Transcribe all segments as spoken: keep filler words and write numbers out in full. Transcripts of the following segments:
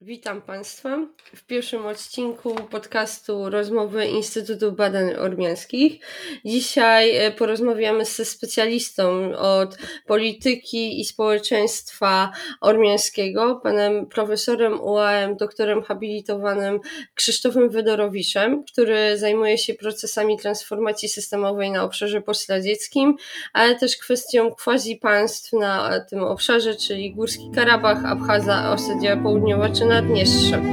Witam Państwa w pierwszym odcinku podcastu Rozmowy Instytutu Badań Ormiańskich. Dzisiaj porozmawiamy ze specjalistą od polityki i społeczeństwa ormiańskiego, panem profesorem U A M, doktorem habilitowanym Krzysztofem Wydorowiczem, który zajmuje się procesami transformacji systemowej na obszarze postradzieckim, ale też kwestią quasi-państw na tym obszarze, czyli Górski Karabach, Abchazja, Osetia Południowa czy Naddniestrze.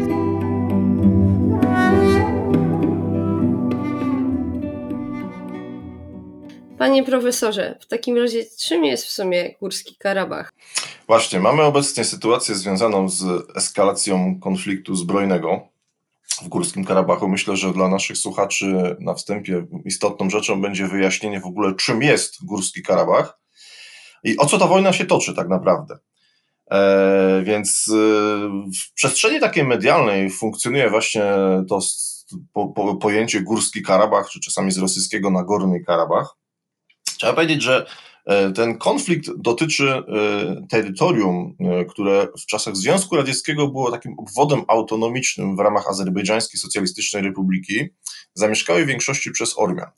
Panie profesorze, w takim razie czym jest w sumie Górski Karabach? Właśnie, mamy obecnie sytuację związaną z eskalacją konfliktu zbrojnego w Górskim Karabachu. Myślę, że dla naszych słuchaczy na wstępie istotną rzeczą będzie wyjaśnienie w ogóle, czym jest Górski Karabach i o co ta wojna się toczy tak naprawdę. E, więc w przestrzeni takiej medialnej funkcjonuje właśnie to po, po, pojęcie Górski Karabach, czy czasami z rosyjskiego Nagorny Karabach. Trzeba powiedzieć, że ten konflikt dotyczy terytorium, które w czasach Związku Radzieckiego było takim obwodem autonomicznym w ramach Azerbejdżańskiej Socjalistycznej Republiki, zamieszkałej w większości przez Ormian.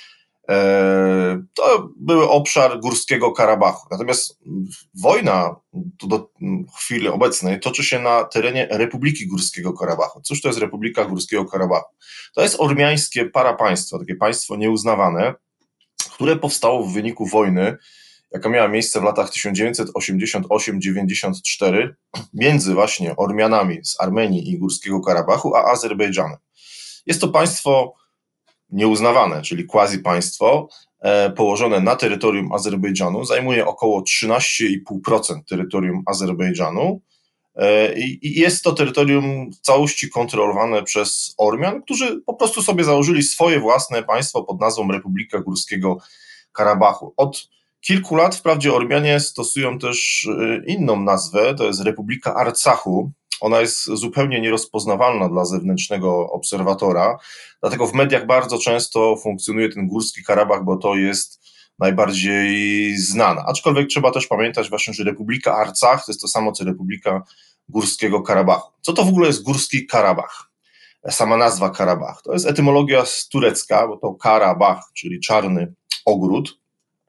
To był obszar Górskiego Karabachu. Natomiast wojna do chwili obecnej toczy się na terenie Republiki Górskiego Karabachu. Cóż to jest Republika Górskiego Karabachu? To jest ormiańskie parapaństwo, takie państwo nieuznawane, które powstało w wyniku wojny, jaka miała miejsce w latach tysiąc dziewięćset osiemdziesiąt osiem dziewięćdziesiąt cztery między właśnie Ormianami z Armenii i Górskiego Karabachu, a Azerbejdżanem. Jest to państwo nieuznawane, czyli quasi-państwo, e, położone na terytorium Azerbejdżanu, zajmuje około trzynaście i pół procent terytorium Azerbejdżanu e, i jest to terytorium w całości kontrolowane przez Ormian, którzy po prostu sobie założyli swoje własne państwo pod nazwą Republika Górskiego Karabachu. Od kilku lat wprawdzie Ormianie stosują też inną nazwę, to jest Republika Arcachu. Ona jest zupełnie nierozpoznawalna dla zewnętrznego obserwatora, dlatego w mediach bardzo często funkcjonuje ten Górski Karabach, bo to jest najbardziej znana. Aczkolwiek trzeba też pamiętać właśnie, że Republika Arcach to jest to samo co Republika Górskiego Karabachu. Co to w ogóle jest Górski Karabach? Sama nazwa Karabach. To jest etymologia turecka, bo to Karabach, czyli czarny ogród.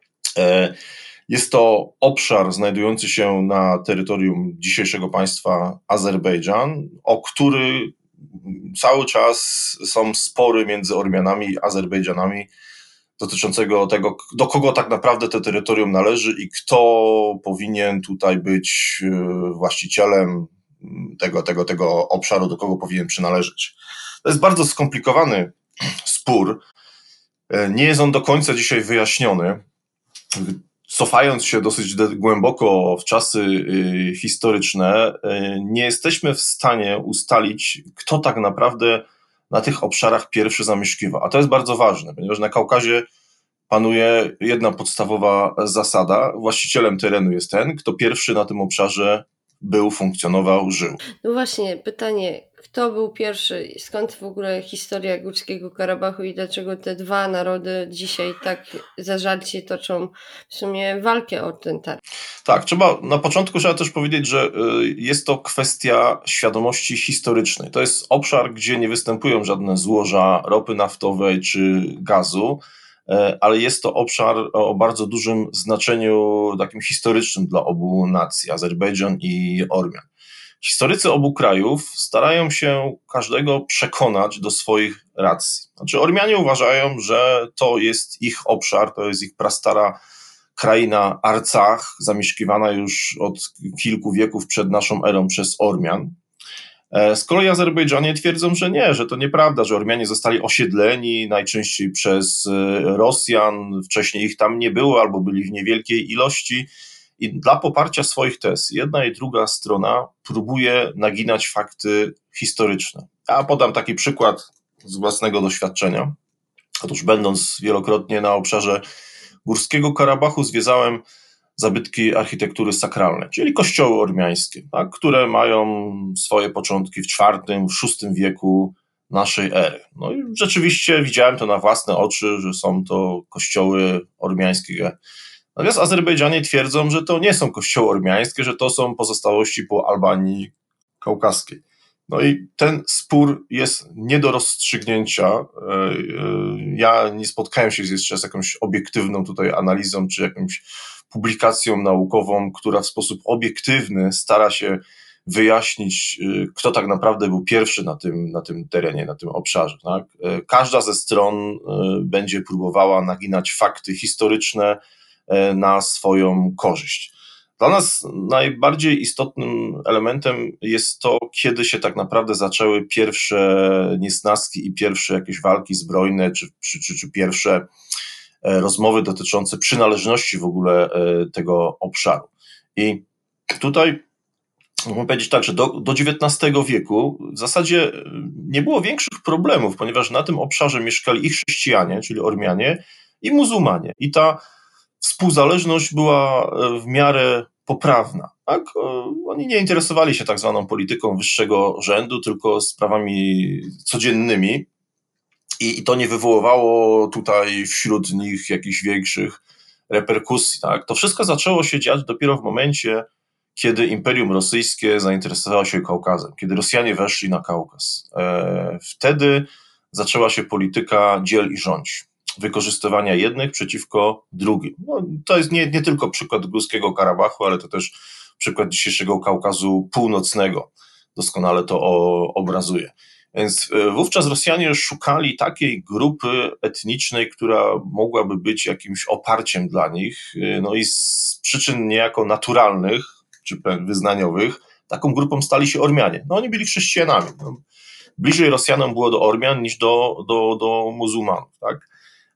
Jest to obszar znajdujący się na terytorium dzisiejszego państwa Azerbejdżan, o który cały czas są spory między Ormianami i Azerbejdżanami dotyczącego tego, do kogo tak naprawdę to terytorium należy i kto powinien tutaj być właścicielem tego, tego, tego obszaru, do kogo powinien przynależeć. To jest bardzo skomplikowany spór. Nie jest on do końca dzisiaj wyjaśniony. Cofając się dosyć głęboko w czasy historyczne, nie jesteśmy w stanie ustalić, kto tak naprawdę na tych obszarach pierwszy zamieszkiwał. A to jest bardzo ważne, ponieważ na Kaukazie panuje jedna podstawowa zasada. Właścicielem terenu jest ten, kto pierwszy na tym obszarze był, funkcjonował, żył. No właśnie, pytanie, kto był pierwszy? Skąd w ogóle historia Górskiego Karabachu i dlaczego te dwa narody dzisiaj tak zażarcie toczą w sumie walkę o ten teren? Tak, trzeba, na początku trzeba też powiedzieć, że jest to kwestia świadomości historycznej. To jest obszar, gdzie nie występują żadne złoża ropy naftowej czy gazu, ale jest to obszar o bardzo dużym znaczeniu takim historycznym dla obu nacji, Azerbejdżan i Ormian. Historycy obu krajów starają się każdego przekonać do swoich racji. Znaczy Ormianie uważają, że to jest ich obszar, to jest ich prastara kraina Arcach, zamieszkiwana już od kilku wieków przed naszą erą przez Ormian. Z kolei Azerbejdżanie twierdzą, że nie, że to nieprawda, że Ormianie zostali osiedleni najczęściej przez Rosjan, wcześniej ich tam nie było albo byli w niewielkiej ilości i dla poparcia swoich tez jedna i druga strona próbuje naginać fakty historyczne. Ja podam taki przykład z własnego doświadczenia. Otóż będąc wielokrotnie na obszarze Górskiego Karabachu zwiedzałem zabytki architektury sakralnej, czyli kościoły ormiańskie, tak, które mają swoje początki w czwartym, w szóstym wieku naszej ery. No i rzeczywiście widziałem to na własne oczy, że są to kościoły ormiańskie. Natomiast Azerbejdżanie twierdzą, że to nie są kościoły ormiańskie, że to są pozostałości po Albanii Kaukaskiej. No i ten spór jest nie do rozstrzygnięcia. Ja nie spotkałem się jeszcze z jakąś obiektywną tutaj analizą, czy jakąś publikacją naukową, która w sposób obiektywny stara się wyjaśnić, kto tak naprawdę był pierwszy na tym, na tym terenie, na tym obszarze. Tak? Każda ze stron będzie próbowała naginać fakty historyczne na swoją korzyść. Dla nas najbardziej istotnym elementem jest to, kiedy się tak naprawdę zaczęły pierwsze niesnaski i pierwsze jakieś walki zbrojne, czy, czy, czy, czy pierwsze rozmowy dotyczące przynależności w ogóle tego obszaru. I tutaj mogę powiedzieć tak, że do, do dziewiętnastego wieku w zasadzie nie było większych problemów, ponieważ na tym obszarze mieszkali i chrześcijanie, czyli Ormianie, i muzułmanie. I ta współzależność była w miarę poprawna. Tak? Oni nie interesowali się tak zwaną polityką wyższego rzędu, tylko sprawami codziennymi i, i to nie wywoływało tutaj wśród nich jakichś większych reperkusji. Tak? To wszystko zaczęło się dziać dopiero w momencie, kiedy Imperium Rosyjskie zainteresowało się Kaukazem, kiedy Rosjanie weszli na Kaukaz. E, wtedy zaczęła się polityka dziel i rządź, wykorzystywania jednych przeciwko drugim. No, to jest nie, nie tylko przykład Górskiego Karabachu, ale to też przykład dzisiejszego Kaukazu Północnego. Doskonale to o, obrazuje. Więc wówczas Rosjanie szukali takiej grupy etnicznej, która mogłaby być jakimś oparciem dla nich. No i z przyczyn niejako naturalnych, czy wyznaniowych, taką grupą stali się Ormianie. No oni byli chrześcijanami. No, bliżej Rosjanom było do Ormian niż do, do, do muzułmanów, tak?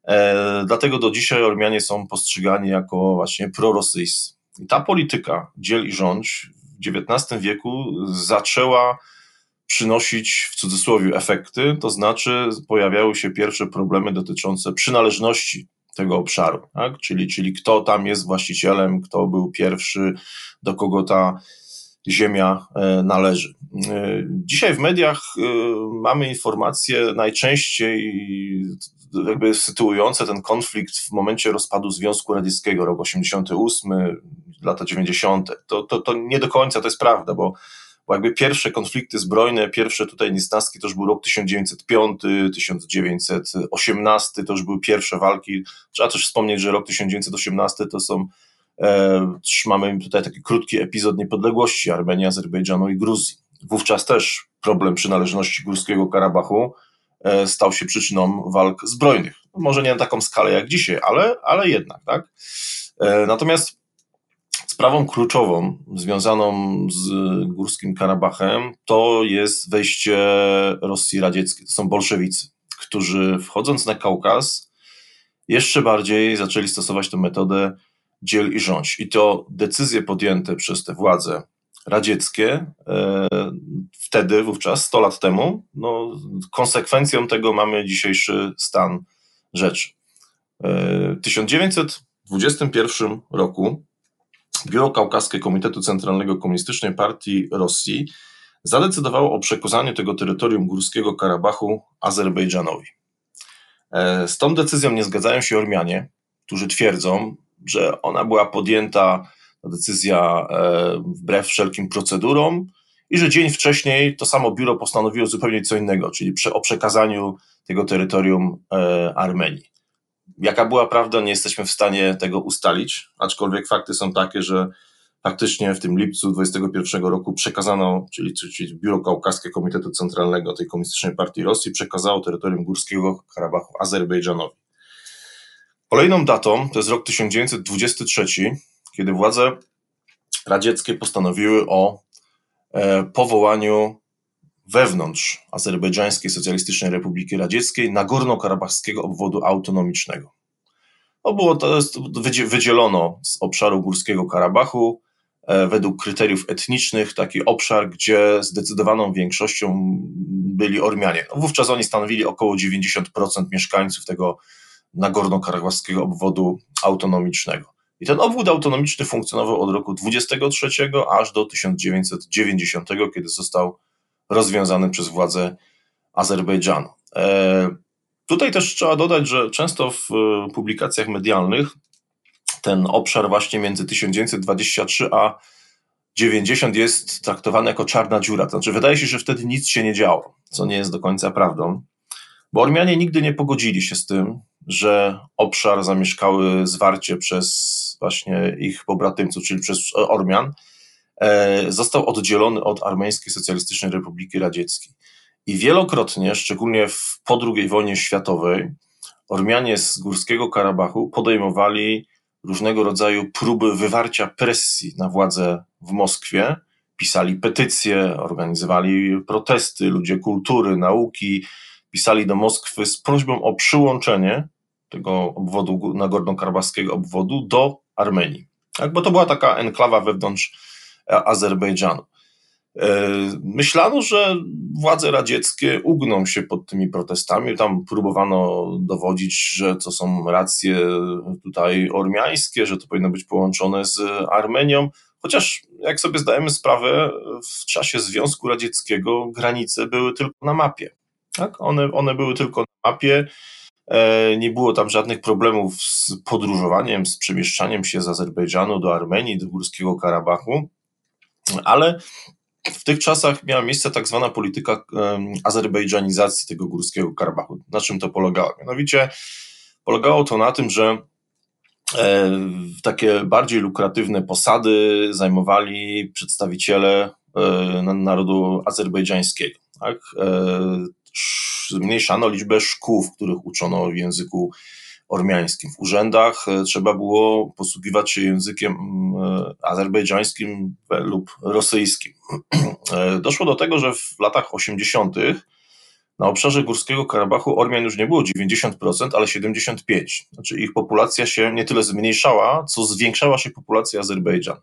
E, dlatego do dzisiaj Ormianie są postrzegani jako właśnie prorosyjscy. I ta polityka dziel i rządź w dziewiętnastym wieku zaczęła przynosić w cudzysłowie efekty, to znaczy pojawiały się pierwsze problemy dotyczące przynależności tego obszaru, tak? czyli, czyli kto tam jest właścicielem, kto był pierwszy, do kogo ta ziemia należy. Dzisiaj w mediach mamy informacje najczęściej jakby sytuujące ten konflikt w momencie rozpadu Związku Radzieckiego, rok osiemdziesiąty ósmy, lata dziewięćdziesiąte. To, to, to nie do końca to jest prawda, bo, bo jakby pierwsze konflikty zbrojne, pierwsze tutaj niesnaski to już był rok tysiąc dziewięćset piąty, tysiąc dziewięćset osiemnasty, to już były pierwsze walki. Trzeba też wspomnieć, że rok tysiąc dziewięćset osiemnasty to są e, mamy tutaj taki krótki epizod niepodległości Armenii, Azerbejdżanu i Gruzji. Wówczas też problem przynależności Górskiego Karabachu stał się przyczyną walk zbrojnych. Może nie na taką skalę jak dzisiaj, ale, ale jednak, tak? Natomiast sprawą kluczową związaną z Górskim Karabachem to jest wejście Rosji Radzieckiej. To są bolszewicy, którzy wchodząc na Kaukaz jeszcze bardziej zaczęli stosować tę metodę dziel i rządź. I to decyzje podjęte przez te władze radzieckie e, wtedy, wówczas, sto lat temu, no, konsekwencją tego mamy dzisiejszy stan rzeczy. E, w tysiąc dziewięćset dwudziestym pierwszym roku Biuro Kaukaskie Komitetu Centralnego Komunistycznej Partii Rosji zadecydowało o przekazaniu tego terytorium Górskiego Karabachu Azerbejdżanowi. E, z tą decyzją nie zgadzają się Ormianie, którzy twierdzą, że ona była podjęta, ta decyzja e, wbrew wszelkim procedurom i że dzień wcześniej to samo biuro postanowiło zupełnie co innego, czyli prze, o przekazaniu tego terytorium e, Armenii. Jaka była prawda, nie jesteśmy w stanie tego ustalić, aczkolwiek fakty są takie, że faktycznie w tym lipcu dwudziestego pierwszego roku przekazano, czyli, czyli Biuro Kaukaskie Komitetu Centralnego tej Komunistycznej Partii Rosji przekazało terytorium Górskiego Karabachu Azerbejdżanowi. Kolejną datą to jest rok tysiąc dziewięćset dwudziesty trzeci, kiedy władze radzieckie postanowiły o e, powołaniu wewnątrz Azerbejdżańskiej Socjalistycznej Republiki Radzieckiej Nagórno-Karabachskiego Obwodu Autonomicznego. To było, to jest, wydzielono z obszaru Górskiego Karabachu e, według kryteriów etnicznych taki obszar, gdzie zdecydowaną większością byli Ormianie. No, wówczas oni stanowili około dziewięćdziesiąt procent mieszkańców tego Nagorno-Karabachskiego Obwodu Autonomicznego. I ten obwód autonomiczny funkcjonował od roku dwudziestego trzeciego aż do tysiąc dziewięćset dziewięćdziesiątego, kiedy został rozwiązany przez władze Azerbejdżanu. E, tutaj też trzeba dodać, że często w publikacjach medialnych ten obszar właśnie między tysiąc dziewięćset dwudziestym trzecim a dziewięćdziesiąt jest traktowane jako czarna dziura. To znaczy wydaje się, że wtedy nic się nie działo, co nie jest do końca prawdą, bo Ormianie nigdy nie pogodzili się z tym, że obszar zamieszkały zwarcie przez właśnie ich pobratymców, czyli przez Ormian, został oddzielony od Armeńskiej Socjalistycznej Republiki Radzieckiej. I wielokrotnie, szczególnie w, po drugiej wojnie światowej, Ormianie z Górskiego Karabachu podejmowali różnego rodzaju próby wywarcia presji na władze w Moskwie, pisali petycje, organizowali protesty, ludzie kultury, nauki, pisali do Moskwy z prośbą o przyłączenie tego obwodu, nagorno-karabachskiego obwodu do Armenii. Tak, bo to była taka enklawa wewnątrz Azerbejdżanu. Myślano, że władze radzieckie ugną się pod tymi protestami. Tam próbowano dowodzić, że to są racje tutaj ormiańskie, że to powinno być połączone z Armenią. Chociaż, jak sobie zdajemy sprawę, w czasie Związku Radzieckiego granice były tylko na mapie. Tak? One, one były tylko na mapie. Nie było tam żadnych problemów z podróżowaniem, z przemieszczaniem się z Azerbejdżanu do Armenii, do Górskiego Karabachu, ale w tych czasach miała miejsce tak zwana polityka azerbejdżanizacji tego Górskiego Karabachu. Na czym to polegało? Mianowicie polegało to na tym, że takie bardziej lukratywne posady zajmowali przedstawiciele narodu azerbejdżańskiego. Tak? Zmniejszano liczbę szkół, w których uczono w języku ormiańskim. W urzędach trzeba było posługiwać się językiem azerbejdżańskim lub rosyjskim. Doszło do tego, że w latach osiemdziesiątych na obszarze Górskiego Karabachu Ormian już nie było dziewięćdziesiąt procent, ale siedemdziesiąt pięć procent. Znaczy ich populacja się nie tyle zmniejszała, co zwiększała się populacja Azerbejdżanu.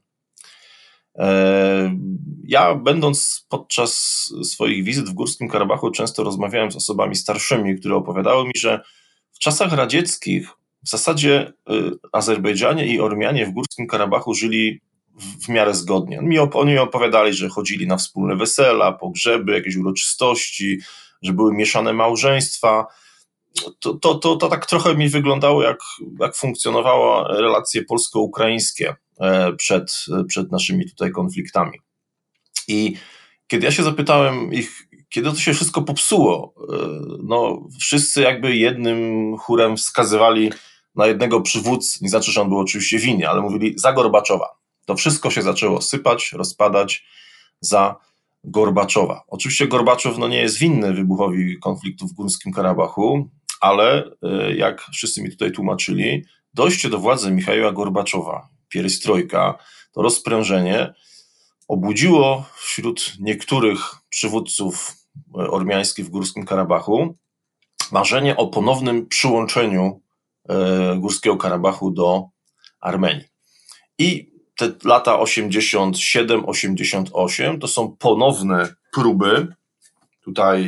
Ja, będąc podczas swoich wizyt w Górskim Karabachu, często rozmawiałem z osobami starszymi, które opowiadały mi, że w czasach radzieckich w zasadzie Azerbejdżanie i Ormianie w Górskim Karabachu żyli w, w miarę zgodnie. Oni opowiadali, że chodzili na wspólne wesela, pogrzeby, jakieś uroczystości, że były mieszane małżeństwa. To, to, to, to tak trochę mi wyglądało, jak, jak funkcjonowały relacje polsko-ukraińskie przed, przed naszymi tutaj konfliktami. I kiedy ja się zapytałem ich, kiedy to się wszystko popsuło, no wszyscy jakby jednym chórem wskazywali na jednego przywódcę, nie znaczy, że on był oczywiście winny, ale mówili za Gorbaczowa. To wszystko się zaczęło sypać, rozpadać za Gorbaczowa. Oczywiście Gorbaczow no, nie jest winny wybuchowi konfliktu w Górskim Karabachu, ale jak wszyscy mi tutaj tłumaczyli, dojście do władzy Michaiła Gorbaczowa, pierestrojka, to rozprężenie obudziło wśród niektórych przywódców ormiańskich w Górskim Karabachu marzenie o ponownym przyłączeniu Górskiego Karabachu do Armenii. I te lata osiemdziesiąt siedem osiemdziesiąt osiem to są ponowne próby tutaj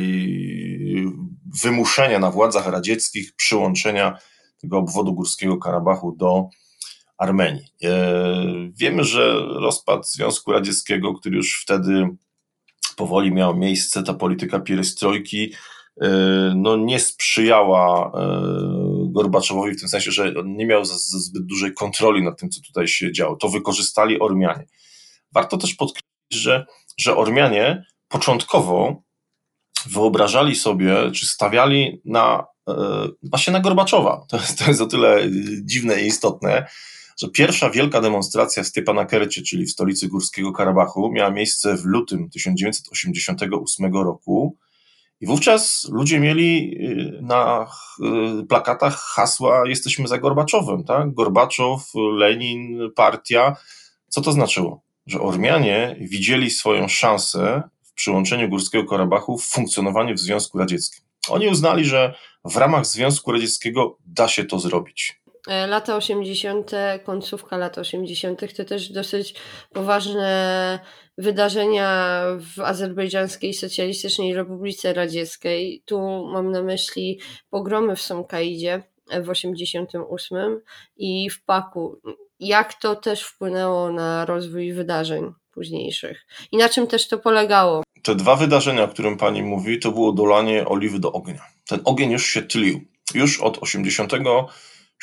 wymuszenia na władzach radzieckich przyłączenia tego obwodu Górskiego Karabachu do Armenii. Wiemy, że rozpad Związku Radzieckiego, który już wtedy powoli miał miejsce, ta polityka pierestrojki, no nie sprzyjała Gorbaczowowi w tym sensie, że on nie miał zbyt dużej kontroli nad tym, co tutaj się działo. To wykorzystali Ormianie. Warto też podkreślić, że, że Ormianie początkowo wyobrażali sobie, czy stawiali na właśnie na Gorbaczowa. To jest, to jest o tyle dziwne i istotne, że pierwsza wielka demonstracja w Stepanakercie, czyli w stolicy Górskiego Karabachu, miała miejsce w lutym tysiąc dziewięćset osiemdziesiątego ósmego roku i wówczas ludzie mieli na plakatach hasła "Jesteśmy za Gorbaczowem", tak? Gorbaczow, Lenin, partia. Co to znaczyło? Że Ormianie widzieli swoją szansę w przyłączeniu Górskiego Karabachu w funkcjonowaniu w Związku Radzieckim. Oni uznali, że w ramach Związku Radzieckiego da się to zrobić. Lata osiemdziesiąte, końcówka lat osiemdziesiątych to też dosyć poważne wydarzenia w Azerbejdżańskiej Socjalistycznej Republice Radzieckiej. Tu mam na myśli pogromy w Somkaidzie w osiemdziesiątym ósmym i w Paku. Jak to też wpłynęło na rozwój wydarzeń późniejszych i na czym też to polegało? Te dwa wydarzenia, o którym pani mówi, to było dolanie oliwy do ognia. Ten ogień już się tlił. Już od osiemdziesiątego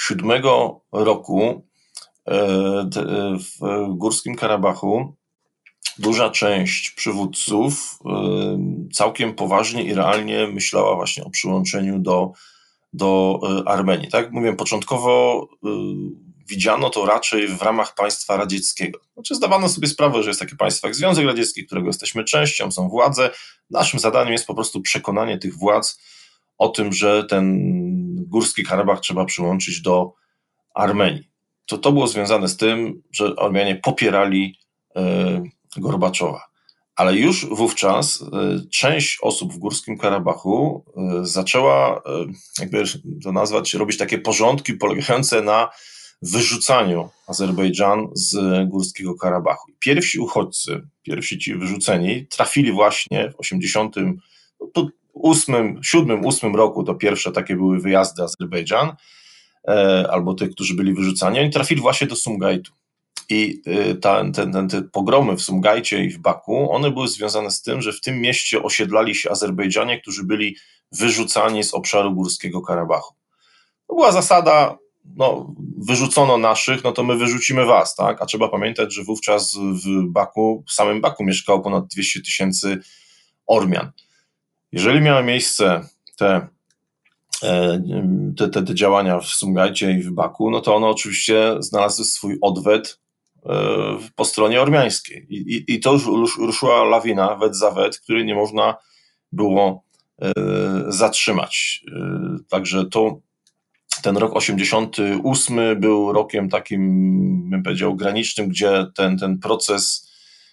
siódmego roku w Górskim Karabachu duża część przywódców całkiem poważnie i realnie myślała właśnie o przyłączeniu do, do Armenii. Tak jak mówiłem, początkowo widziano to raczej w ramach państwa radzieckiego. Znaczy zdawano sobie sprawę, że jest takie państwo jak Związek Radziecki, którego jesteśmy częścią, są władze. Naszym zadaniem jest po prostu przekonanie tych władz o tym, że ten Górski Karabach trzeba przyłączyć do Armenii. To, to było związane z tym, że Ormianie popierali e, Gorbaczowa. Ale już wówczas e, część osób w Górskim Karabachu e, zaczęła, e, jakby to nazwać, robić takie porządki polegające na wyrzucaniu Azerbejdżan z Górskiego Karabachu. Pierwsi uchodźcy, pierwsi ci wyrzuceni trafili właśnie w osiemdziesiątym ósmym, siódmym, ósmym roku, to pierwsze takie były wyjazdy Azerbejdżan, albo tych, którzy byli wyrzucani, oni trafili właśnie do Sumgajtu. I ta, ten, ten, te pogromy w Sumgajcie i w Baku, one były związane z tym, że w tym mieście osiedlali się Azerbejdżanie, którzy byli wyrzucani z obszaru Górskiego Karabachu. To była zasada, no, wyrzucono naszych, no to my wyrzucimy was, tak? A trzeba pamiętać, że wówczas w Baku, w samym Baku mieszkało ponad dwieście tysięcy Ormian. Jeżeli miały miejsce te Te, te, te działania w Sumgajcie i w Baku, no to one oczywiście znalazły swój odwet po stronie ormiańskiej. I, i, i to już ruszyła lawina, wet za wet, której nie można było zatrzymać. Także to ten rok osiemdziesiąty ósmy był rokiem takim, bym powiedział, granicznym, gdzie ten, ten proces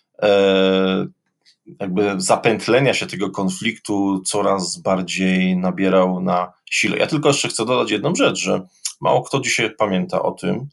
jakby zapętlenia się tego konfliktu coraz bardziej nabierał na sile. Ja tylko jeszcze chcę dodać jedną rzecz, że mało kto dzisiaj pamięta o tym,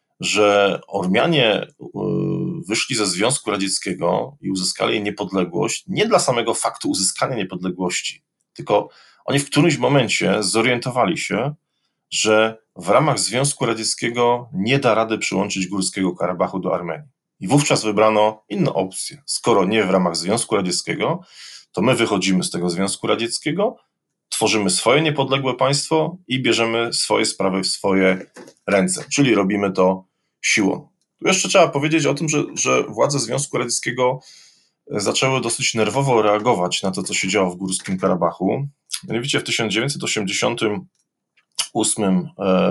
że Ormianie wyszli ze Związku Radzieckiego i uzyskali niepodległość nie dla samego faktu uzyskania niepodległości, tylko oni w którymś momencie zorientowali się, że w ramach Związku Radzieckiego nie da rady przyłączyć Górskiego Karabachu do Armenii. I wówczas wybrano inną opcję. Skoro nie w ramach Związku Radzieckiego, to my wychodzimy z tego Związku Radzieckiego, tworzymy swoje niepodległe państwo i bierzemy swoje sprawy w swoje ręce, czyli robimy to siłą. Tu jeszcze trzeba powiedzieć o tym, że, że władze Związku Radzieckiego zaczęły dosyć nerwowo reagować na to, co się działo w Górskim Karabachu. Mianowicie w tysiąc dziewięćset osiemdziesiątym ósmym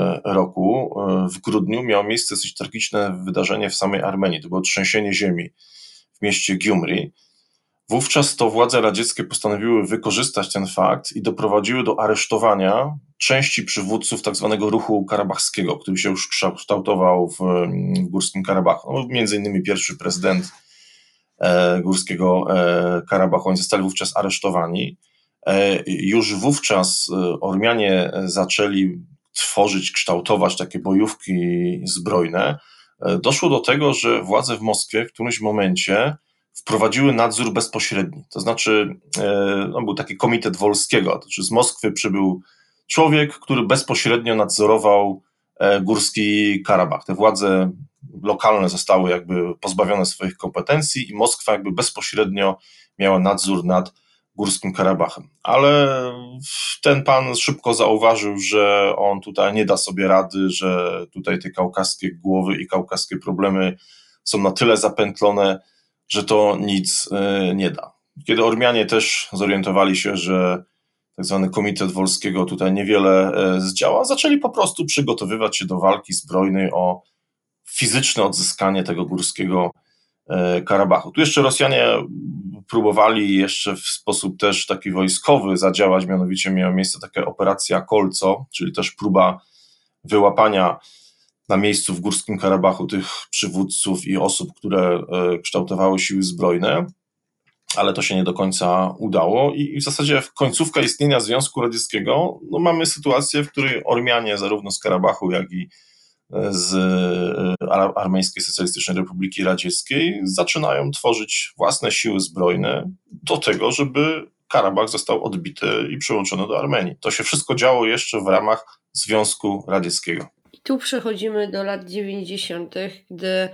roku w grudniu miało miejsce dosyć tragiczne wydarzenie w samej Armenii. To było trzęsienie ziemi w mieście Gyumri. Wówczas to władze radzieckie postanowiły wykorzystać ten fakt i doprowadziły do aresztowania części przywódców tak zwanego ruchu karabachskiego, który się już kształtował w, w Górskim Karabachu. No, między innymi pierwszy prezydent e, Górskiego e, Karabachu. Oni zostali wówczas aresztowani. Już wówczas Ormianie zaczęli tworzyć, kształtować takie bojówki zbrojne. Doszło do tego, że władze w Moskwie w którymś momencie wprowadziły nadzór bezpośredni. To znaczy, no, był taki komitet Wolskiego, to znaczy z Moskwy przybył człowiek, który bezpośrednio nadzorował Górski Karabach. Te władze lokalne zostały jakby pozbawione swoich kompetencji i Moskwa jakby bezpośrednio miała nadzór nad Górskim Karabachem. Ale ten pan szybko zauważył, że on tutaj nie da sobie rady, że tutaj te kaukaskie głowy i kaukaskie problemy są na tyle zapętlone, że to nic nie da. Kiedy Ormianie też zorientowali się, że tak zwany komitet Wolskiego tutaj niewiele zdziała, zaczęli po prostu przygotowywać się do walki zbrojnej o fizyczne odzyskanie tego Górskiego Karabachu. Tu jeszcze Rosjanie próbowali jeszcze w sposób też taki wojskowy zadziałać, mianowicie miała miejsce taka operacja Kolco, czyli też próba wyłapania na miejscu w Górskim Karabachu tych przywódców i osób, które kształtowały siły zbrojne, ale to się nie do końca udało i w zasadzie w końcówka istnienia Związku Radzieckiego no mamy sytuację, w której Ormianie zarówno z Karabachu, jak i z Armeńskiej Socjalistycznej Republiki Radzieckiej zaczynają tworzyć własne siły zbrojne do tego, żeby Karabach został odbity i przyłączony do Armenii. To się wszystko działo jeszcze w ramach Związku Radzieckiego. I tu przechodzimy do lat dziewięćdziesiątych, gdy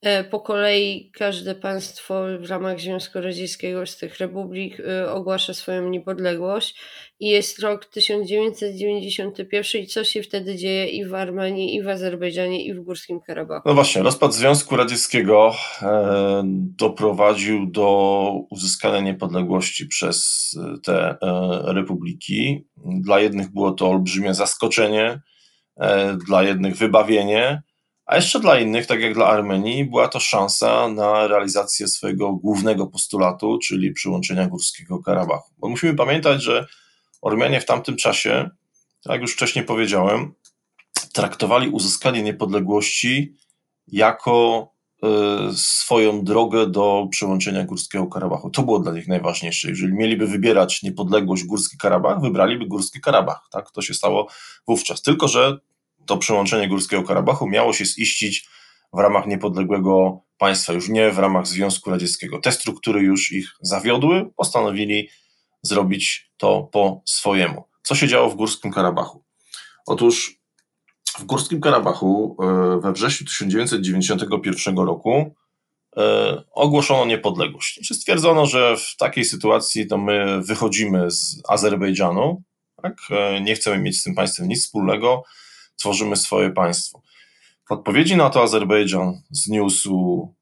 Po kolei każde państwo w ramach Związku Radzieckiego z tych republik ogłasza swoją niepodległość i jest rok tysiąc dziewięćset dziewięćdziesiąty pierwszy i co się wtedy dzieje i w Armenii, i w Azerbejdżanie, i w Górskim Karabachu? No właśnie, rozpad Związku Radzieckiego e, doprowadził do uzyskania niepodległości przez te e, republiki. Dla jednych było to olbrzymie zaskoczenie, e, dla jednych wybawienie, a jeszcze dla innych, tak jak dla Armenii, była to szansa na realizację swojego głównego postulatu, czyli przyłączenia Górskiego Karabachu. Bo musimy pamiętać, że Ormianie w tamtym czasie, jak już wcześniej powiedziałem, traktowali uzyskanie niepodległości jako y, swoją drogę do przyłączenia Górskiego Karabachu. To było dla nich najważniejsze. Jeżeli mieliby wybierać niepodległość Górski Karabach, wybraliby Górski Karabach. Tak? To się stało wówczas. Tylko że to przyłączenie Górskiego Karabachu miało się ziścić w ramach niepodległego państwa, już nie w ramach Związku Radzieckiego. Te struktury już ich zawiodły, postanowili zrobić to po swojemu. Co się działo w Górskim Karabachu? Otóż w Górskim Karabachu we wrześniu tysiąc dziewięćset dziewięćdziesiątego pierwszego roku ogłoszono niepodległość. Znaczy stwierdzono, że w takiej sytuacji to my wychodzimy z Azerbejdżanu, tak? Nie chcemy mieć z tym państwem nic wspólnego, tworzymy swoje państwo. W odpowiedzi na to Azerbejdżan zniósł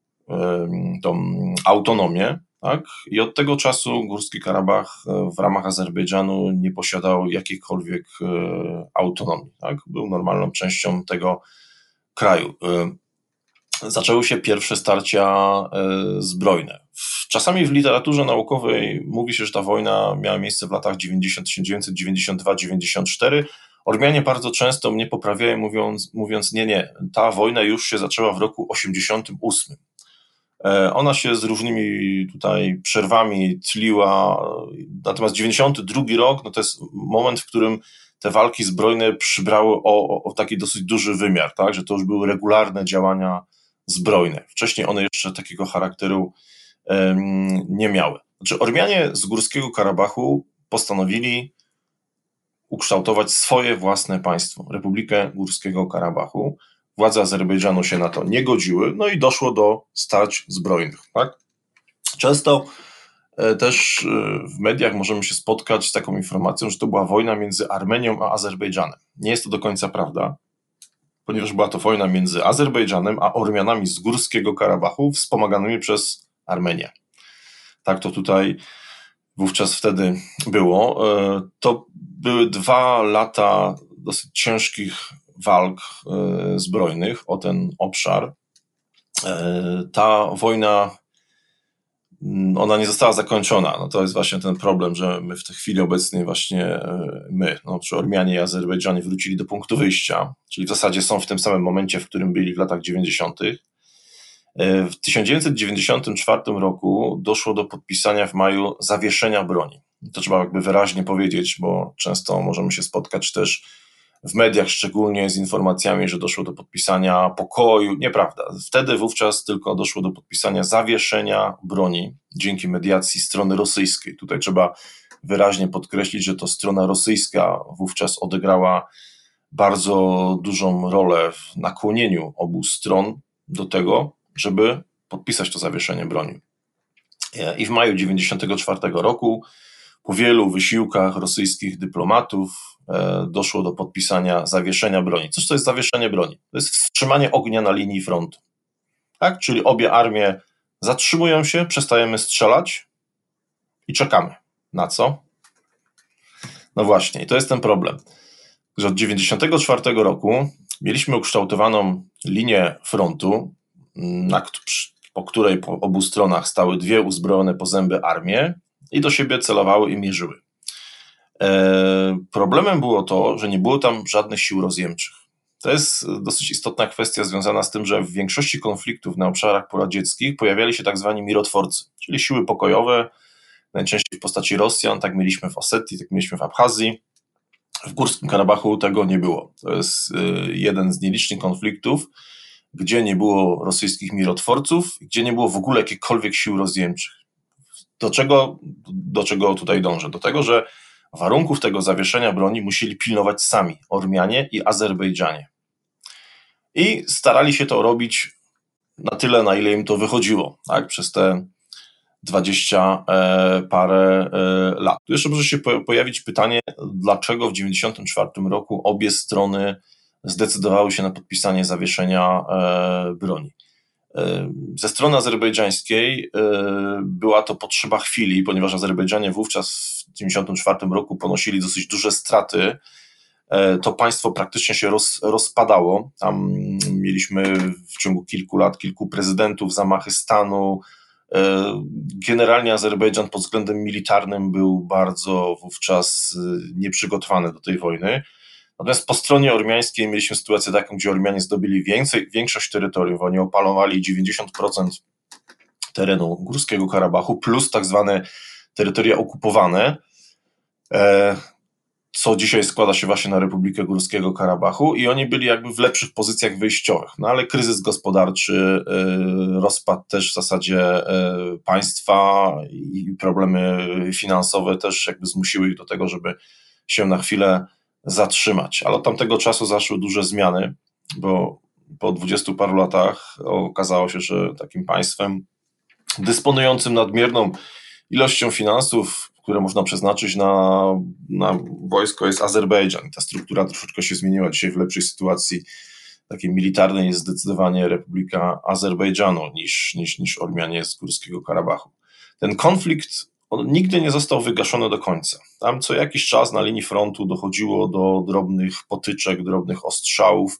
tą autonomię, tak? I od tego czasu Górski Karabach w ramach Azerbejdżanu nie posiadał jakiejkolwiek autonomii. Tak? Był normalną częścią tego kraju. Zaczęły się pierwsze starcia zbrojne. Czasami w literaturze naukowej mówi się, że ta wojna miała miejsce w latach tysiąc dziewięćset dziewięćdziesiąt dwa dziewięćdziesiąt cztery. Ormianie bardzo często mnie poprawiają, mówiąc, mówiąc nie, nie, ta wojna już się zaczęła w roku osiemdziesiątym ósmym. Ona się z różnymi tutaj przerwami tliła, natomiast dziewięćdziesiąty drugi rok, no to jest moment, w którym te walki zbrojne przybrały o, o, o taki dosyć duży wymiar, tak, że to już były regularne działania zbrojne. Wcześniej one jeszcze takiego charakteru um, nie miały. Znaczy Ormianie z Górskiego Karabachu postanowili ukształtować swoje własne państwo, Republikę Górskiego Karabachu. Władze Azerbejdżanu się na to nie godziły, no i doszło do starć zbrojnych. Tak? Często też w mediach możemy się spotkać z taką informacją, że to była wojna między Armenią a Azerbejdżanem. Nie jest to do końca prawda, ponieważ była to wojna między Azerbejdżanem a Ormianami z Górskiego Karabachu, wspomaganymi przez Armenię. Tak to tutaj wówczas wtedy było. To były dwa lata dosyć ciężkich walk zbrojnych o ten obszar. Ta wojna, ona nie została zakończona. No to jest właśnie ten problem, że my w tej chwili obecnej właśnie my, no, czy Ormianie i Azerbejdżanie wrócili do punktu wyjścia, czyli w zasadzie są w tym samym momencie, w którym byli w latach dziewięćdziesiątych. W tysiąc dziewięćset dziewięćdziesiątym czwartym roku doszło do podpisania w maju zawieszenia broni. To trzeba jakby wyraźnie powiedzieć, bo często możemy się spotkać też w mediach szczególnie z informacjami, że doszło do podpisania pokoju. Nieprawda. Wtedy wówczas tylko doszło do podpisania zawieszenia broni dzięki mediacji strony rosyjskiej. Tutaj trzeba wyraźnie podkreślić, że to strona rosyjska wówczas odegrała bardzo dużą rolę w nakłonieniu obu stron do tego, żeby podpisać to zawieszenie broni. I w maju dziewięćdziesiątego czwartego roku po wielu wysiłkach rosyjskich dyplomatów doszło do podpisania zawieszenia broni. Cóż to jest zawieszenie broni? To jest wstrzymanie ognia na linii frontu. Tak? Czyli obie armie zatrzymują się, przestajemy strzelać i czekamy. Na co? No właśnie, i to jest ten problem, że od dziewięćdziesiątego czwartego roku mieliśmy ukształtowaną linię frontu, na, po której po obu stronach stały dwie uzbrojone po zęby armie i do siebie celowały i mierzyły. E, problemem było to, że nie było tam żadnych sił rozjemczych. To jest dosyć istotna kwestia związana z tym, że w większości konfliktów na obszarach poradzieckich pojawiali się tak zwani mirotworcy, czyli siły pokojowe, najczęściej w postaci Rosjan, tak mieliśmy w Osetii, tak mieliśmy w Abchazji. W Górskim Karabachu tego nie było. To jest jeden z nielicznych konfliktów, gdzie nie było rosyjskich mirotworców, gdzie nie było w ogóle jakichkolwiek sił rozjemczych. Do czego, do czego tutaj dążę? Do tego, że warunków tego zawieszenia broni musieli pilnować sami Ormianie i Azerbejdżanie. I starali się to robić na tyle, na ile im to wychodziło, tak, przez te dwadzieścia parę lat. Tu jeszcze może się pojawić pytanie, dlaczego w dziewięćdziesiątym czwartym roku obie strony zdecydowały się na podpisanie zawieszenia broni. Ze strony azerbejdżańskiej była to potrzeba chwili, ponieważ Azerbejdżanie wówczas w dziewięćdziesiątym czwartym roku ponosili dosyć duże straty. To państwo praktycznie się roz, rozpadało. Tam mieliśmy w ciągu kilku lat kilku prezydentów, zamachy stanu. Generalnie Azerbejdżan pod względem militarnym był bardzo wówczas nieprzygotowany do tej wojny. Natomiast po stronie ormiańskiej mieliśmy sytuację taką, gdzie Ormianie zdobyli więcej, większość terytorium, oni opalowali dziewięćdziesiąt procent terenu Górskiego Karabachu, plus tak zwane terytoria okupowane, co dzisiaj składa się właśnie na Republikę Górskiego Karabachu, i oni byli jakby w lepszych pozycjach wyjściowych. No ale kryzys gospodarczy, rozpad też w zasadzie państwa i problemy finansowe też jakby zmusiły ich do tego, żeby się na chwilę zatrzymać. Ale od tamtego czasu zaszły duże zmiany, bo po dwudziestu paru latach okazało się, że takim państwem dysponującym nadmierną ilością finansów, które można przeznaczyć na, na wojsko, jest Azerbejdżan. Ta struktura troszeczkę się zmieniła. Dzisiaj w lepszej sytuacji takiej militarnej jest zdecydowanie Republika Azerbejdżanu niż, niż, niż Ormianie z Górskiego Karabachu. Ten konflikt on nigdy nie został wygaszony do końca. Tam co jakiś czas na linii frontu dochodziło do drobnych potyczek, drobnych ostrzałów.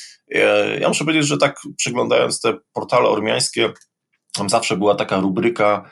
Ja muszę powiedzieć, że tak przeglądając te portale ormiańskie, tam zawsze była taka rubryka,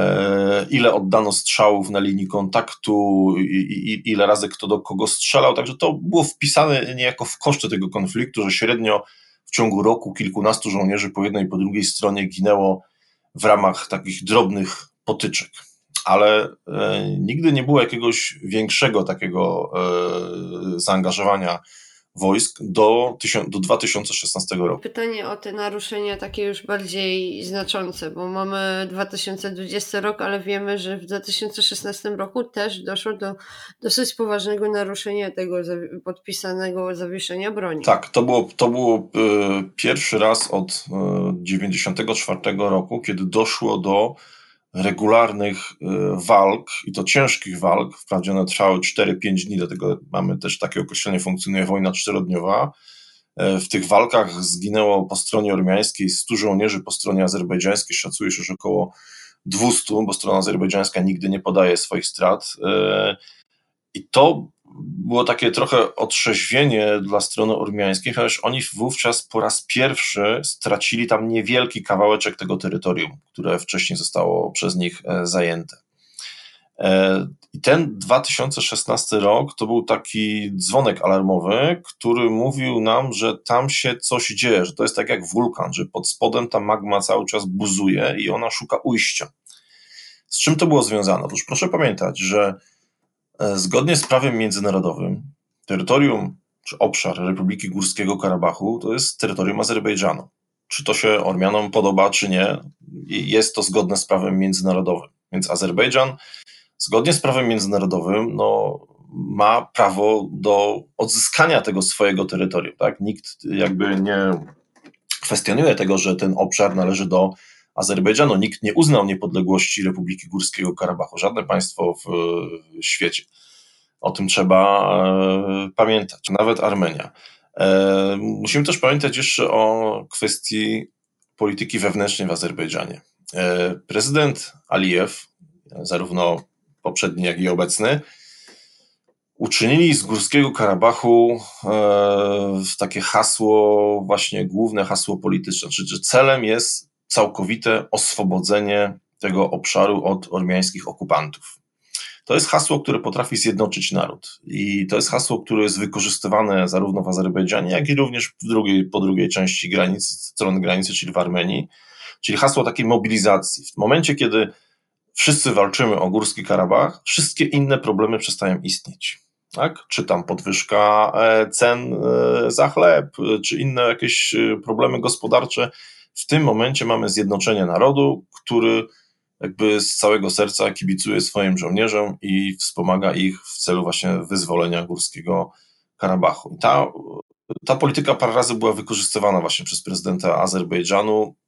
ile oddano strzałów na linii kontaktu, i, i, ile razy kto do kogo strzelał, także to było wpisane niejako w koszty tego konfliktu, że średnio w ciągu roku kilkunastu żołnierzy po jednej i po drugiej stronie ginęło w ramach takich drobnych potyczek. Ale e, nigdy nie było jakiegoś większego takiego e, zaangażowania wojsk do, do dwa tysiące szesnastego roku. Pytanie o te naruszenia takie już bardziej znaczące, bo mamy dwa tysiące dwudziesty rok, ale wiemy, że w dwa tysiące szesnastym roku też doszło do dosyć poważnego naruszenia tego podpisanego zawieszenia broni. Tak, to było, to było y, pierwszy raz od y, dziewięćdziesiątego czwartego roku, kiedy doszło do regularnych y, walk, i to ciężkich walk. Wprawdzie one trwały cztery pięć dni, dlatego mamy też takie określenie, funkcjonuje wojna czterodniowa. Y, w tych walkach zginęło po stronie ormiańskiej stu żołnierzy, po stronie azerbejdżańskiej szacuje się, że około dwustu, bo strona azerbejdżańska nigdy nie podaje swoich strat. Y, I to było takie trochę otrzeźwienie dla strony ormiańskiej, ponieważ oni wówczas po raz pierwszy stracili tam niewielki kawałeczek tego terytorium, które wcześniej zostało przez nich zajęte. I ten dwa tysiące szesnasty rok to był taki dzwonek alarmowy, który mówił nam, że tam się coś dzieje, że to jest tak jak wulkan, że pod spodem ta magma cały czas buzuje i ona szuka ujścia. Z czym to było związane? Otóż proszę pamiętać, że zgodnie z prawem międzynarodowym terytorium czy obszar Republiki Górskiego Karabachu to jest terytorium Azerbejdżanu. Czy to się Ormianom podoba, czy nie, jest to zgodne z prawem międzynarodowym. Więc Azerbejdżan zgodnie z prawem międzynarodowym no, ma prawo do odzyskania tego swojego terytorium. Tak? Nikt jakby nie kwestionuje tego, że ten obszar należy do Azerbejdżanu. Nikt nie uznał niepodległości Republiki Górskiego Karabachu. Żadne państwo w świecie. O tym trzeba e, pamiętać. Nawet Armenia. E, musimy też pamiętać jeszcze o kwestii polityki wewnętrznej w Azerbejdżanie. E, prezydent Alijew, zarówno poprzedni, jak i obecny, uczynili z Górskiego Karabachu e, takie hasło, właśnie główne hasło polityczne, czyli że celem jest całkowite oswobodzenie tego obszaru od ormiańskich okupantów. To jest hasło, które potrafi zjednoczyć naród i to jest hasło, które jest wykorzystywane zarówno w Azerbejdżanie, jak i również w drugiej, po drugiej części granicy, strony granicy, czyli w Armenii, czyli hasło takiej mobilizacji. W momencie, kiedy wszyscy walczymy o Górski Karabach, wszystkie inne problemy przestają istnieć. Tak? Czy tam podwyżka cen za chleb, czy inne jakieś problemy gospodarcze. W tym momencie mamy zjednoczenie narodu, który jakby z całego serca kibicuje swoim żołnierzom i wspomaga ich w celu właśnie wyzwolenia Górskiego Karabachu. Ta, ta polityka parę razy była wykorzystywana właśnie przez prezydenta Azerbejdżanu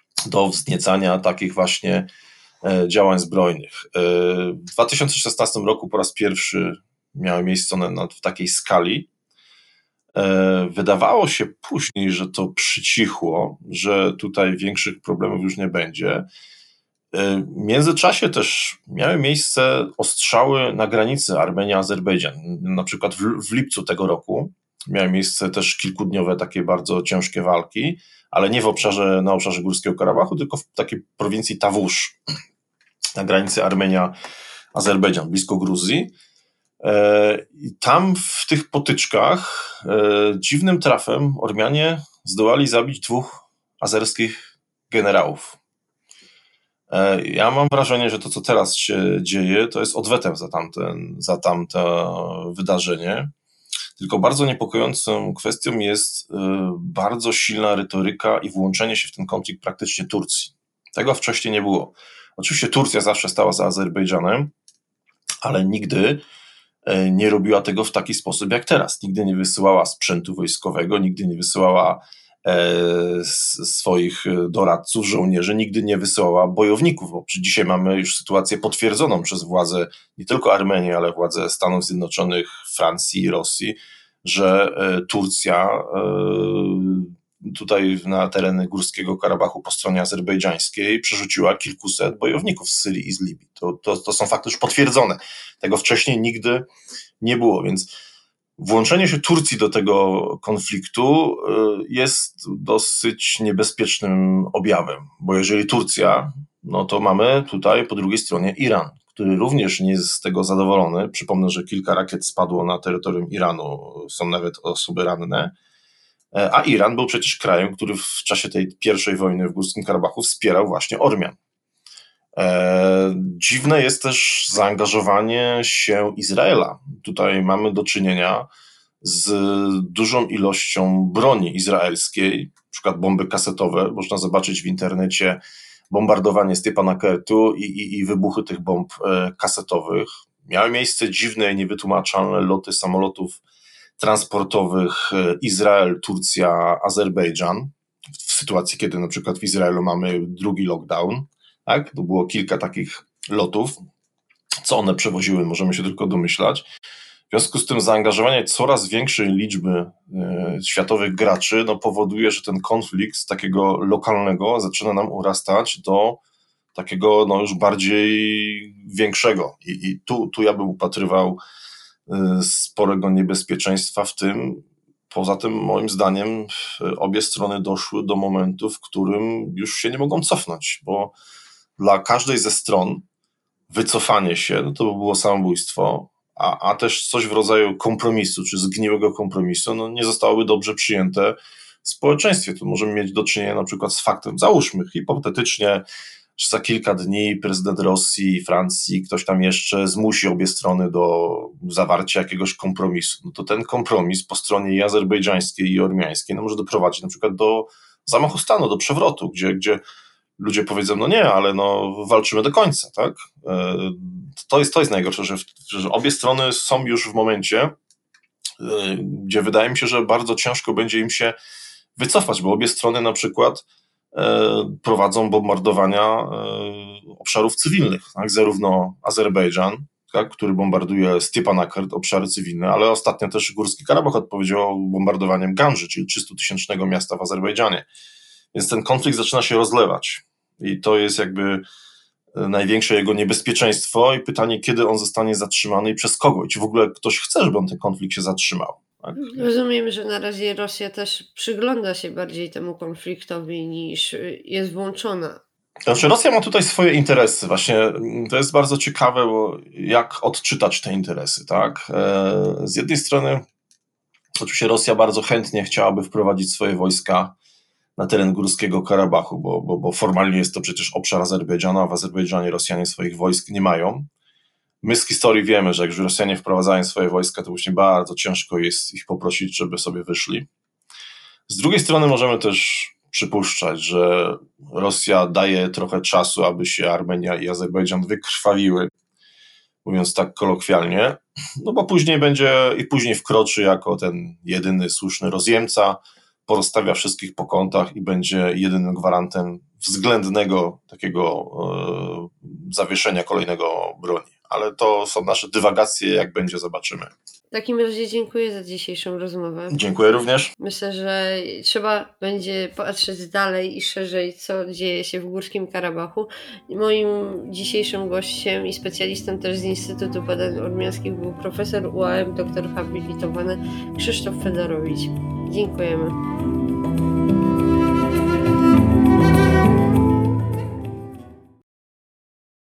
do wzniecania takich właśnie działań zbrojnych. W dwa tysiące szesnastym roku po raz pierwszy miały miejsce one w takiej skali. Wydawało się później, że to przycichło, że tutaj większych problemów już nie będzie. W międzyczasie też miały miejsce ostrzały na granicy Armenia-Azerbejdżan. Na przykład w, w lipcu tego roku miały miejsce też kilkudniowe takie bardzo ciężkie walki, ale nie w obszarze, na obszarze Górskiego Karabachu, tylko w takiej prowincji Tawusz, na granicy Armenia-Azerbejdżan, blisko Gruzji. I tam w tych potyczkach dziwnym trafem Ormianie zdołali zabić dwóch azerskich generałów. Ja mam wrażenie, że to, co teraz się dzieje, to jest odwetem za, tamten, za tamte wydarzenie. Tylko bardzo niepokojącą kwestią jest bardzo silna retoryka i włączenie się w ten konflikt praktycznie Turcji. Tego wcześniej nie było. Oczywiście Turcja zawsze stała za Azerbejdżanem, ale nigdy nie robiła tego w taki sposób jak teraz. Nigdy nie wysyłała sprzętu wojskowego, nigdy nie wysyłała e, swoich doradców, żołnierzy, nigdy nie wysyłała bojowników, bo dzisiaj mamy już sytuację potwierdzoną przez władze nie tylko Armenii, ale władze Stanów Zjednoczonych, Francji i Rosji, że e, Turcja e, tutaj na tereny Górskiego Karabachu po stronie azerbejdżańskiej przerzuciła kilkuset bojowników z Syrii i z Libii. To, to, to są fakty już potwierdzone. Tego wcześniej nigdy nie było, więc włączenie się Turcji do tego konfliktu jest dosyć niebezpiecznym objawem, bo jeżeli Turcja, no to mamy tutaj po drugiej stronie Iran, który również nie jest z tego zadowolony. Przypomnę, że kilka rakiet spadło na terytorium Iranu, są nawet osoby ranne. A Iran był przecież krajem, który w czasie tej pierwszej wojny w Górskim Karabachu wspierał właśnie Ormian. E, dziwne jest też zaangażowanie się Izraela. Tutaj mamy do czynienia z dużą ilością broni izraelskiej, na przykład bomby kasetowe. Można zobaczyć w internecie bombardowanie Stepanakertu i, i, i wybuchy tych bomb e, kasetowych. Miały miejsce dziwne i niewytłumaczalne loty samolotów transportowych Izrael, Turcja, Azerbejdżan, w sytuacji, kiedy na przykład w Izraelu mamy drugi lockdown, tak? To było kilka takich lotów. Co one przewoziły, możemy się tylko domyślać. W związku z tym zaangażowanie coraz większej liczby e, światowych graczy no, powoduje, że ten konflikt z takiego lokalnego zaczyna nam urastać do takiego no, już bardziej większego. I, i tu, tu ja bym upatrywał sporego niebezpieczeństwa w tym. Poza tym, moim zdaniem, obie strony doszły do momentu, w którym już się nie mogą cofnąć, bo dla każdej ze stron wycofanie się, no to by było samobójstwo, a, a też coś w rodzaju kompromisu, czy zgniłego kompromisu, no nie zostałoby dobrze przyjęte w społeczeństwie. Tu możemy mieć do czynienia na przykład z faktem, załóżmy hipotetycznie, że za kilka dni prezydent Rosji, Francji, ktoś tam jeszcze zmusi obie strony do zawarcia jakiegoś kompromisu. No to ten kompromis po stronie i azerbejdżańskiej i ormiańskiej no może doprowadzić na przykład do zamachu stanu, do przewrotu, gdzie, gdzie ludzie powiedzą, no nie, ale no walczymy do końca, tak? To jest, to jest najgorsze, że, że obie strony są już w momencie, gdzie wydaje mi się, że bardzo ciężko będzie im się wycofać, bo obie strony na przykład prowadzą bombardowania obszarów cywilnych, tak? Zarówno Azerbejdżan, tak? Który bombarduje Stepanakert, obszary cywilne, ale ostatnio też Górski Karabach odpowiedział bombardowaniem Gamży, czyli trzystutysięcznego miasta w Azerbejdżanie. Więc ten konflikt zaczyna się rozlewać i to jest jakby największe jego niebezpieczeństwo i pytanie, kiedy on zostanie zatrzymany i przez kogo, i czy w ogóle ktoś chce, żeby on ten konflikt się zatrzymał. Tak? Rozumiem, że na razie Rosja też przygląda się bardziej temu konfliktowi niż jest włączona. Znaczy Rosja ma tutaj swoje interesy. Właśnie to jest bardzo ciekawe, bo jak odczytać te interesy, tak? Z jednej strony oczywiście Rosja bardzo chętnie chciałaby wprowadzić swoje wojska na teren Górskiego Karabachu, bo, bo, bo formalnie jest to przecież obszar Azerbejdżanu, a w Azerbejdżanie Rosjanie swoich wojsk nie mają. My z historii wiemy, że jak już Rosjanie wprowadzają swoje wojska, to właśnie bardzo ciężko jest ich poprosić, żeby sobie wyszli. Z drugiej strony możemy też przypuszczać, że Rosja daje trochę czasu, aby się Armenia i Azerbejdżan wykrwawiły, mówiąc tak kolokwialnie, no bo później będzie i później wkroczy jako ten jedyny słuszny rozjemca, porozstawia wszystkich po kątach i będzie jedynym gwarantem względnego takiego zawieszenia kolejnego broni. Ale to są nasze dywagacje, jak będzie, zobaczymy. W takim razie dziękuję za dzisiejszą rozmowę. Dziękuję również. Myślę, że trzeba będzie patrzeć dalej i szerzej, co dzieje się w Górskim Karabachu. Moim dzisiejszym gościem i specjalistą też z Instytutu Badań Ormiańskich był profesor U A M, doktor habilitowany Krzysztof Fedorowicz. Dziękujemy.